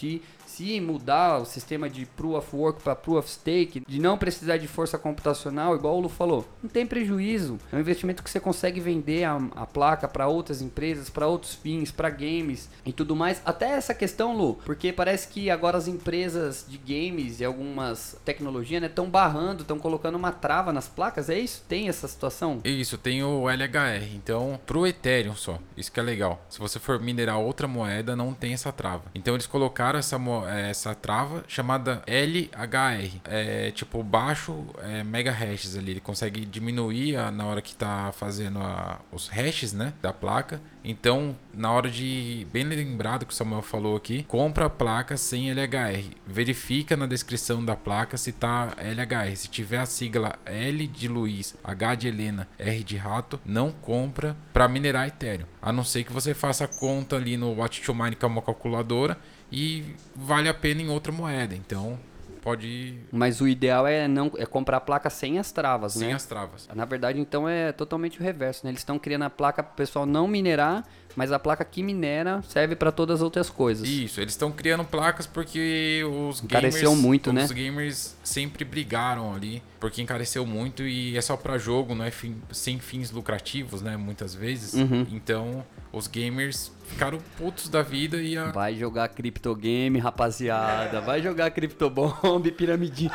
se mudar o sistema de Proof of Work para Proof of Stake, de não precisar de força computacional, igual o Lu falou, não tem prejuízo. É um investimento que você consegue vender a, a placa para outras empresas, para outros fins, para games e tudo mais. Até essa questão, Lu, porque parece que agora as empresas de games e algumas tecnologias, né, estão barrando, estão colocando uma trava nas placas, é isso? Tem essa situação? Isso, tem o L H R. Então, pro Ethereum só, isso que é legal. Se você for minerar outra moeda, não tem essa trava. Então, eles colocaram essa, essa trava chamada L H R. É tipo baixo é, mega hashes ali. Ele consegue diminuir a, na hora que tá fazendo a, os hashes, né, da placa. Então, na hora de, bem lembrado que o Samuel falou aqui, compra a placa sem L H R. Verifica na descrição da placa se tá L H R. Se tiver a sigla L de Luiz, H de Helena, R de Rato, não compra para minerar Ethereum. A não ser que você faça a conta ali no Watch to Mine, que é uma calculadora, e vale a pena em outra moeda. Então, pode... Mas o ideal é não é comprar a placa sem as travas, sem né? as travas. Na verdade, então, é totalmente o reverso, né? Eles estão criando a placa para o pessoal não minerar, mas a placa que minera serve para todas as outras coisas. Isso, eles estão criando placas porque os encareceu gamers, muito, os né? gamers sempre brigaram ali, porque encareceu muito e é só para jogo, não é fim, sem fins lucrativos, né? Muitas vezes. Uhum. Então, os gamers ficaram putos da vida e a... Vai jogar criptogame, rapaziada. Vai jogar criptobomb, piramidinha.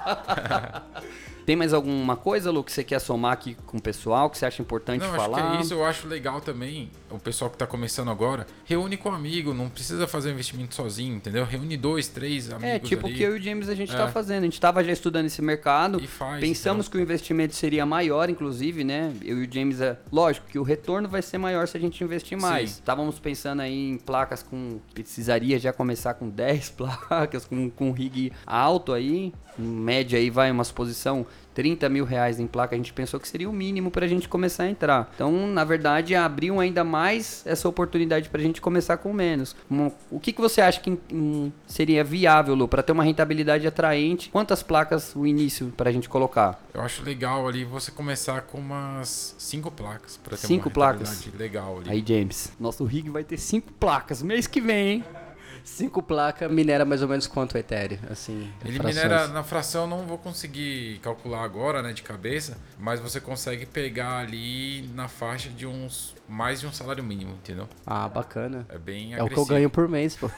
Tem mais alguma coisa, Lu, que você quer somar aqui com o pessoal, que você acha importante não, falar? Acho que é isso, eu acho legal também, o pessoal que tá começando agora, reúne com um amigo, não precisa fazer um investimento sozinho, entendeu? Reúne dois, três amigos É, tipo o ali. que eu e o James a gente É. tá fazendo. A gente tava já estudando esse mercado, E faz, pensamos então. que o investimento seria maior, inclusive, né? Eu e o James, é lógico que o retorno vai ser maior se a gente investir mais. Sim. Estávamos pensando aí em placas com... Precisaria já começar com dez placas, com, com rig alto aí, em média aí vai uma suposição... trinta mil reais em placa, a gente pensou que seria o mínimo pra gente começar a entrar. Então, na verdade, abriu ainda mais essa oportunidade pra gente começar com menos. Um, o que, que você acha que um, seria viável, Lu, pra ter uma rentabilidade atraente? Quantas placas o início pra gente colocar? Eu acho legal ali você começar com umas cinco placas pra ter Cinco uma placas? rentabilidade legal ali. Aí, James, nosso rig vai ter cinco placas mês que vem, hein? Cinco placas minera mais ou menos quanto o Ethereum, assim, Ele frações? minera na fração, não vou conseguir calcular agora, né, de cabeça, mas você consegue pegar ali na faixa de uns mais de um salário mínimo, entendeu? Ah, bacana. É bem É o agressivo. que eu ganho por mês, pô.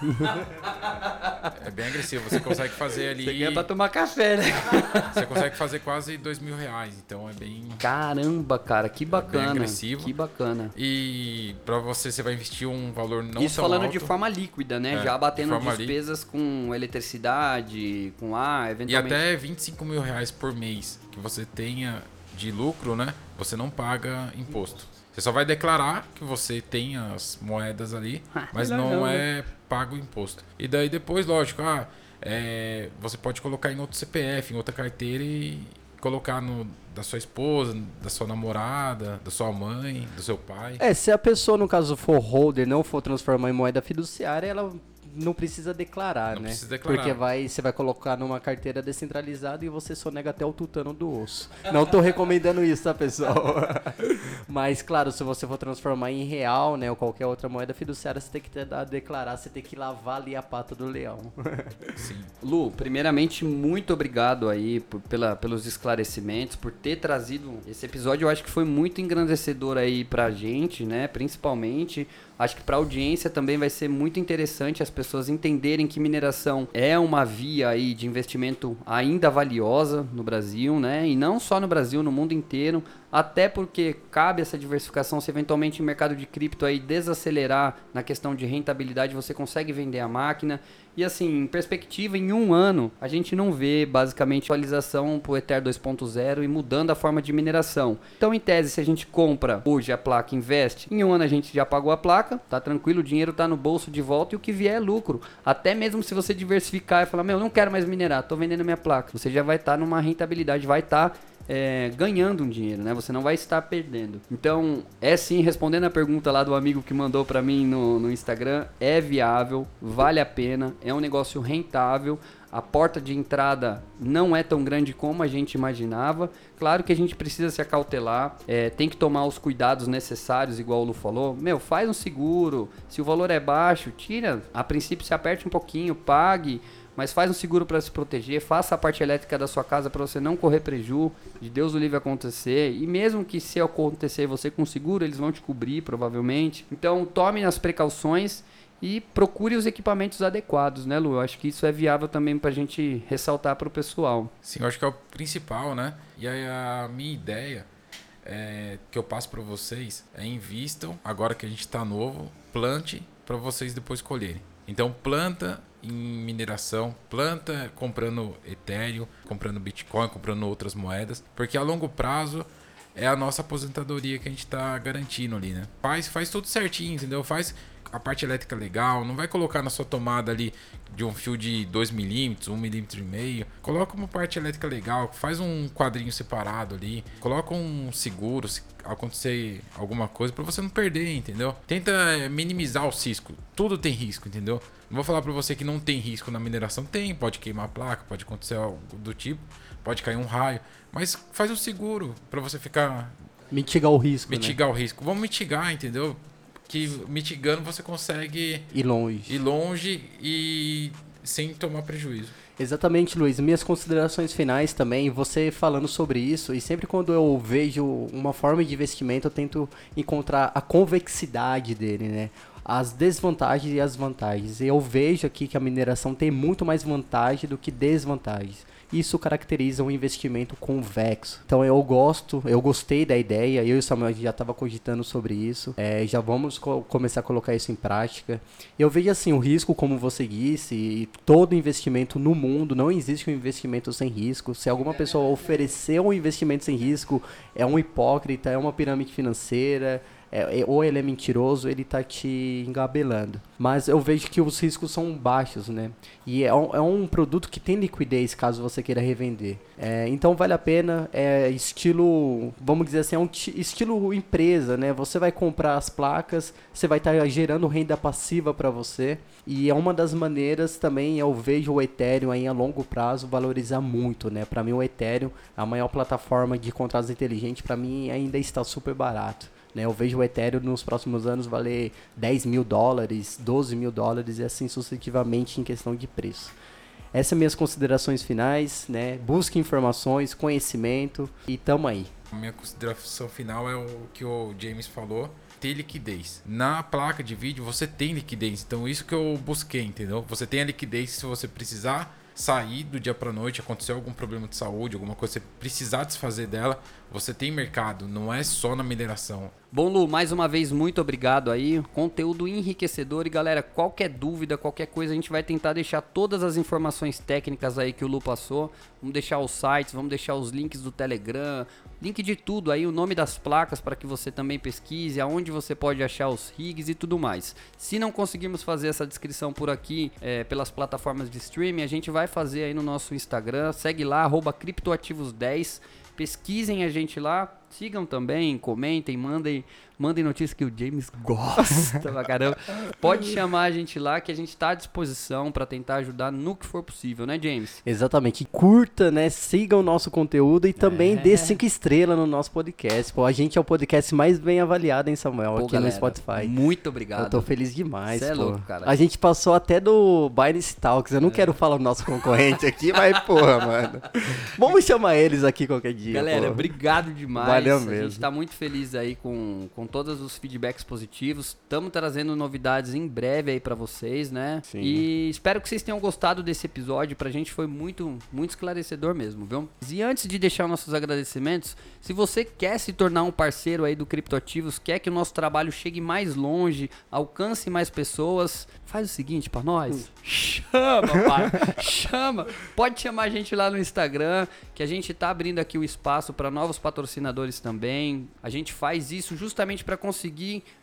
É bem agressivo, você consegue fazer ali... Isso aqui é pra tomar café, né? Você consegue fazer quase dois mil reais, então é bem... Caramba, cara, que bacana. agressivo. Que bacana. E pra você, você vai investir um valor não Isso tão falando alto. de forma líquida, né? É, Já batendo de forma despesas com eletricidade, com ar, E eventualmente. até vinte e cinco mil reais por mês que você tenha de lucro, né? Você não paga imposto. Você só vai declarar que você tem as moedas ali, mas melhor não não, é pago imposto. E daí depois, lógico, ah, é, você pode colocar em outro C P F, em outra carteira e colocar no da sua esposa, da sua namorada, da sua mãe, do seu pai. É, se a pessoa, no caso, for holder, não for transformar em moeda fiduciária, ela não precisa declarar, Não né? precisa declarar. Porque vai, você vai colocar numa carteira descentralizada e você sonega até o tutano do osso. Não tô recomendando isso, tá, pessoal? Mas, claro, se você for transformar em real, né, ou qualquer outra moeda fiduciária, você tem que ter, declarar, você tem que lavar ali a pata do leão. Sim. Lu, primeiramente, muito obrigado aí por, pela, pelos esclarecimentos, por ter trazido esse episódio. Eu acho que foi muito engrandecedor aí pra gente, né? Principalmente. Acho que pra audiência também vai ser muito interessante as pessoas entenderem que mineração é uma via aí de investimento ainda valiosa no Brasil, né? E não só no Brasil, no mundo inteiro. Até porque cabe essa diversificação, se eventualmente o mercado de cripto aí desacelerar na questão de rentabilidade, você consegue vender a máquina. E assim, em perspectiva, em um ano, a gente não vê basicamente atualização pro Ether dois ponto zero e mudando a forma de mineração. Então, em tese, se a gente compra hoje a placa e investe, em um ano a gente já pagou a placa, tá tranquilo, o dinheiro tá no bolso de volta e o que vier é lucro. Até mesmo se você diversificar e falar, meu, não quero mais minerar, tô vendendo minha placa, você já vai estar tá numa rentabilidade, vai estar tá é, ganhando um dinheiro, né? Você não vai estar perdendo. Então, é sim, respondendo a pergunta lá do amigo que mandou para mim no, no Instagram, é viável, vale a pena, é um negócio rentável. A porta de entrada não é tão grande como a gente imaginava. Claro que a gente precisa se acautelar, é, tem que tomar os cuidados necessários, igual o Lu falou. Meu, faz um seguro, se o valor é baixo, tira, a princípio se aperte um pouquinho, pague, mas faz um seguro para se proteger, faça a parte elétrica da sua casa para você não correr prejuízo, de Deus o livre acontecer. E mesmo que se acontecer você com seguro, eles vão te cobrir provavelmente. Então tome as precauções e procure os equipamentos adequados, né, Lu? Eu acho que isso é viável também pra gente ressaltar pro pessoal. Sim, eu acho que é o principal, né? E aí a minha ideia é, que eu passo para vocês é invistam, agora que a gente tá novo, plante para vocês depois colherem. Então planta em mineração, planta comprando Ethereum, comprando Bitcoin, comprando outras moedas, porque a longo prazo é a nossa aposentadoria que a gente tá garantindo ali, né? Faz, faz tudo certinho, entendeu? Faz a parte elétrica legal, não vai colocar na sua tomada ali de um fio de dois milímetros, um milímetro e meio. Coloca uma parte elétrica legal, faz um quadrinho separado ali, coloca um seguro se acontecer alguma coisa para você não perder, entendeu? Tenta minimizar os riscos. Tudo tem risco, entendeu? Não vou falar para você que não tem risco na mineração, tem, pode queimar a placa, pode acontecer algo do tipo, pode cair um raio, mas faz um seguro para você ficar mitigar o risco, mitigar né? o risco. Vamos mitigar, entendeu? Que mitigando você consegue ir longe. ir longe e sem tomar prejuízo. Exatamente, Luiz. Minhas considerações finais também, você falando sobre isso, e sempre quando eu vejo uma forma de investimento, eu tento encontrar a convexidade dele, né? As desvantagens e as vantagens. E eu vejo aqui que a mineração tem muito mais vantagem do que desvantagens. Isso caracteriza um investimento convexo. Então eu gosto, eu gostei da ideia, eu e o Samuel já estava cogitando sobre isso, é, já vamos co- começar a colocar isso em prática. Eu vejo assim, o risco, como você disse, e todo investimento no mundo, não existe um investimento sem risco. Se alguma pessoa oferecer um investimento sem risco, é um hipócrita, é uma pirâmide financeira, É, é, ou ele é mentiroso, ele tá te engabelando. Mas eu vejo que os riscos são baixos, né? E é um, é um produto que tem liquidez caso você queira revender. É, então vale a pena, é estilo, vamos dizer assim, é um t- estilo empresa, né? Você vai comprar as placas, você vai estar tá gerando renda passiva para você. E é uma das maneiras também, eu vejo o Ethereum aí a longo prazo valorizar muito, né? Para mim o Ethereum, a maior plataforma de contratos inteligentes, para mim ainda está super barato. Né, eu vejo o Ethereum nos próximos anos valer dez mil dólares, doze mil dólares e assim sucessivamente em questão de preço. Essas são minhas considerações finais, né? Busque informações, conhecimento e tamo aí. A minha consideração final é o que o James falou, ter liquidez. Na placa de vídeo você tem liquidez, então isso que eu busquei, entendeu? Você tem a liquidez se você precisar sair do dia para noite, acontecer algum problema de saúde, alguma coisa, você precisar desfazer dela, você tem mercado, não é só na mineração. Bom, Lu, mais uma vez, muito obrigado aí, conteúdo enriquecedor. E galera, qualquer dúvida, qualquer coisa, a gente vai tentar deixar todas as informações técnicas aí que o Lu passou. Vamos deixar os sites, vamos deixar os links do Telegram, link de tudo aí, o nome das placas para que você também pesquise, aonde você pode achar os rigs e tudo mais. Se não conseguirmos fazer essa descrição por aqui, é, pelas plataformas de streaming, a gente vai fazer aí no nosso Instagram, segue lá, arroba criptoativos dez. Pesquisem a gente lá, sigam também, comentem, mandem, mandem notícias que o James gosta pra caramba. Pode chamar a gente lá que a gente tá à disposição para tentar ajudar no que for possível, né, James? Exatamente. Curta, né? Siga o nosso conteúdo e também É. dê cinco estrelas no nosso podcast. Pô, a gente é o podcast mais bem avaliado, hein, Samuel? Pô, aqui galera, no Spotify. muito obrigado. Eu tô feliz demais, Cê é pô. louco, cara. A gente passou até do Binance Talks. Eu não quero falar o nosso concorrente aqui, mas, porra, mano. Vamos chamar eles aqui qualquer dia, Galera, pô. obrigado demais. Valeu A mesmo. gente tá muito feliz aí com, com todos os feedbacks positivos. Estamos trazendo novidades em breve aí pra vocês, né? Sim. E espero que vocês tenham gostado desse episódio. Pra gente foi muito, muito esclarecedor mesmo, viu? E antes de deixar nossos agradecimentos, se você quer se tornar um parceiro aí do Criptoativos, quer que o nosso trabalho chegue mais longe, alcance mais pessoas, faz o seguinte pra nós. Chama, pai. Chama. Pode chamar a gente lá no Instagram, que a gente tá abrindo aqui o espaço para novos patrocinadores também. A gente faz isso justamente para conseguir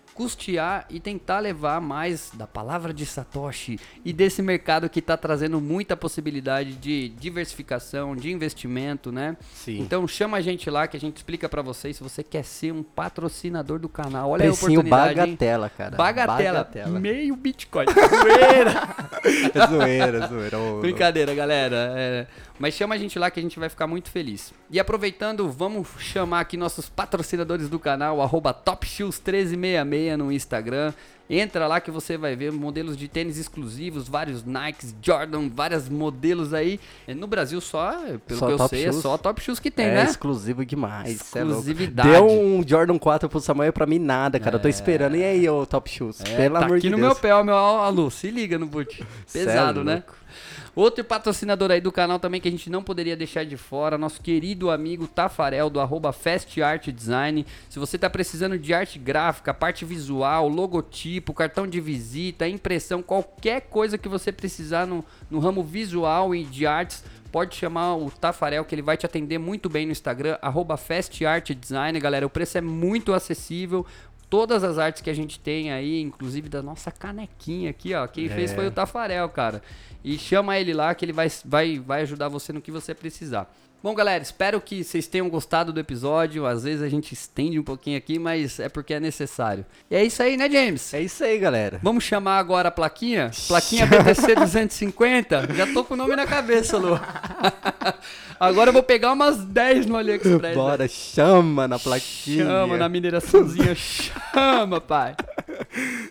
custear e tentar levar mais da palavra de Satoshi e desse mercado que está trazendo muita possibilidade de diversificação, de investimento, né? Sim. Então chama a gente lá que a gente explica para vocês se você quer ser um patrocinador do canal. Olha Precinho a oportunidade, bagatela, hein? cara. Bagatela, Bagatela. meio Bitcoin. Zoeira! É zoeira, zoeira. Ô, Brincadeira, galera. É, mas chama a gente lá que a gente vai ficar muito feliz. E aproveitando, vamos chamar aqui nossos patrocinadores do canal, arroba Top Shoes um três seis seis no Instagram. Entra lá que você vai ver modelos de tênis exclusivos, vários Nikes, Jordan, vários modelos aí. No Brasil só, pelo Só que eu Top sei, é Shoes? só Top Shoes que tem, é né? exclusivo demais. cê é louco. Exclusividade. Deu um Jordan quatro pro Samuel pra mim nada, cara. Eu tô esperando. E aí, ô Top Shoes? É, Pelo tá amor aqui de no Deus. meu pé, ó, meu alu, se liga no boot. Cê é Pesado, né? louco. Outro patrocinador aí do canal também que a gente não poderia deixar de fora, nosso querido amigo Tafarel, do arroba Fast Art Design. Se você tá precisando de arte gráfica, parte visual, logotipo, cartão de visita, impressão, qualquer coisa que você precisar no, no ramo visual e de artes, pode chamar o Tafarel, que ele vai te atender muito bem no Instagram, arroba Fast Art Design, galera. O preço é muito acessível. Todas as artes que a gente tem aí, inclusive da nossa canequinha aqui, ó. Quem É. fez foi o Tafarel, cara. E chama ele lá que ele vai, vai, vai ajudar você no que você precisar. Bom, galera, espero que vocês tenham gostado do episódio. Às vezes a gente estende um pouquinho aqui, mas é porque é necessário. E é isso aí, né, James? É isso aí, galera. Vamos chamar agora a plaquinha? Plaquinha B T C duzentos e cinquenta? Já tô com o nome na cabeça, Lu. Agora eu vou pegar umas dez no AliExpress. Bora, né? chama na plaquinha. Chama na mineraçãozinha. Chama, pai.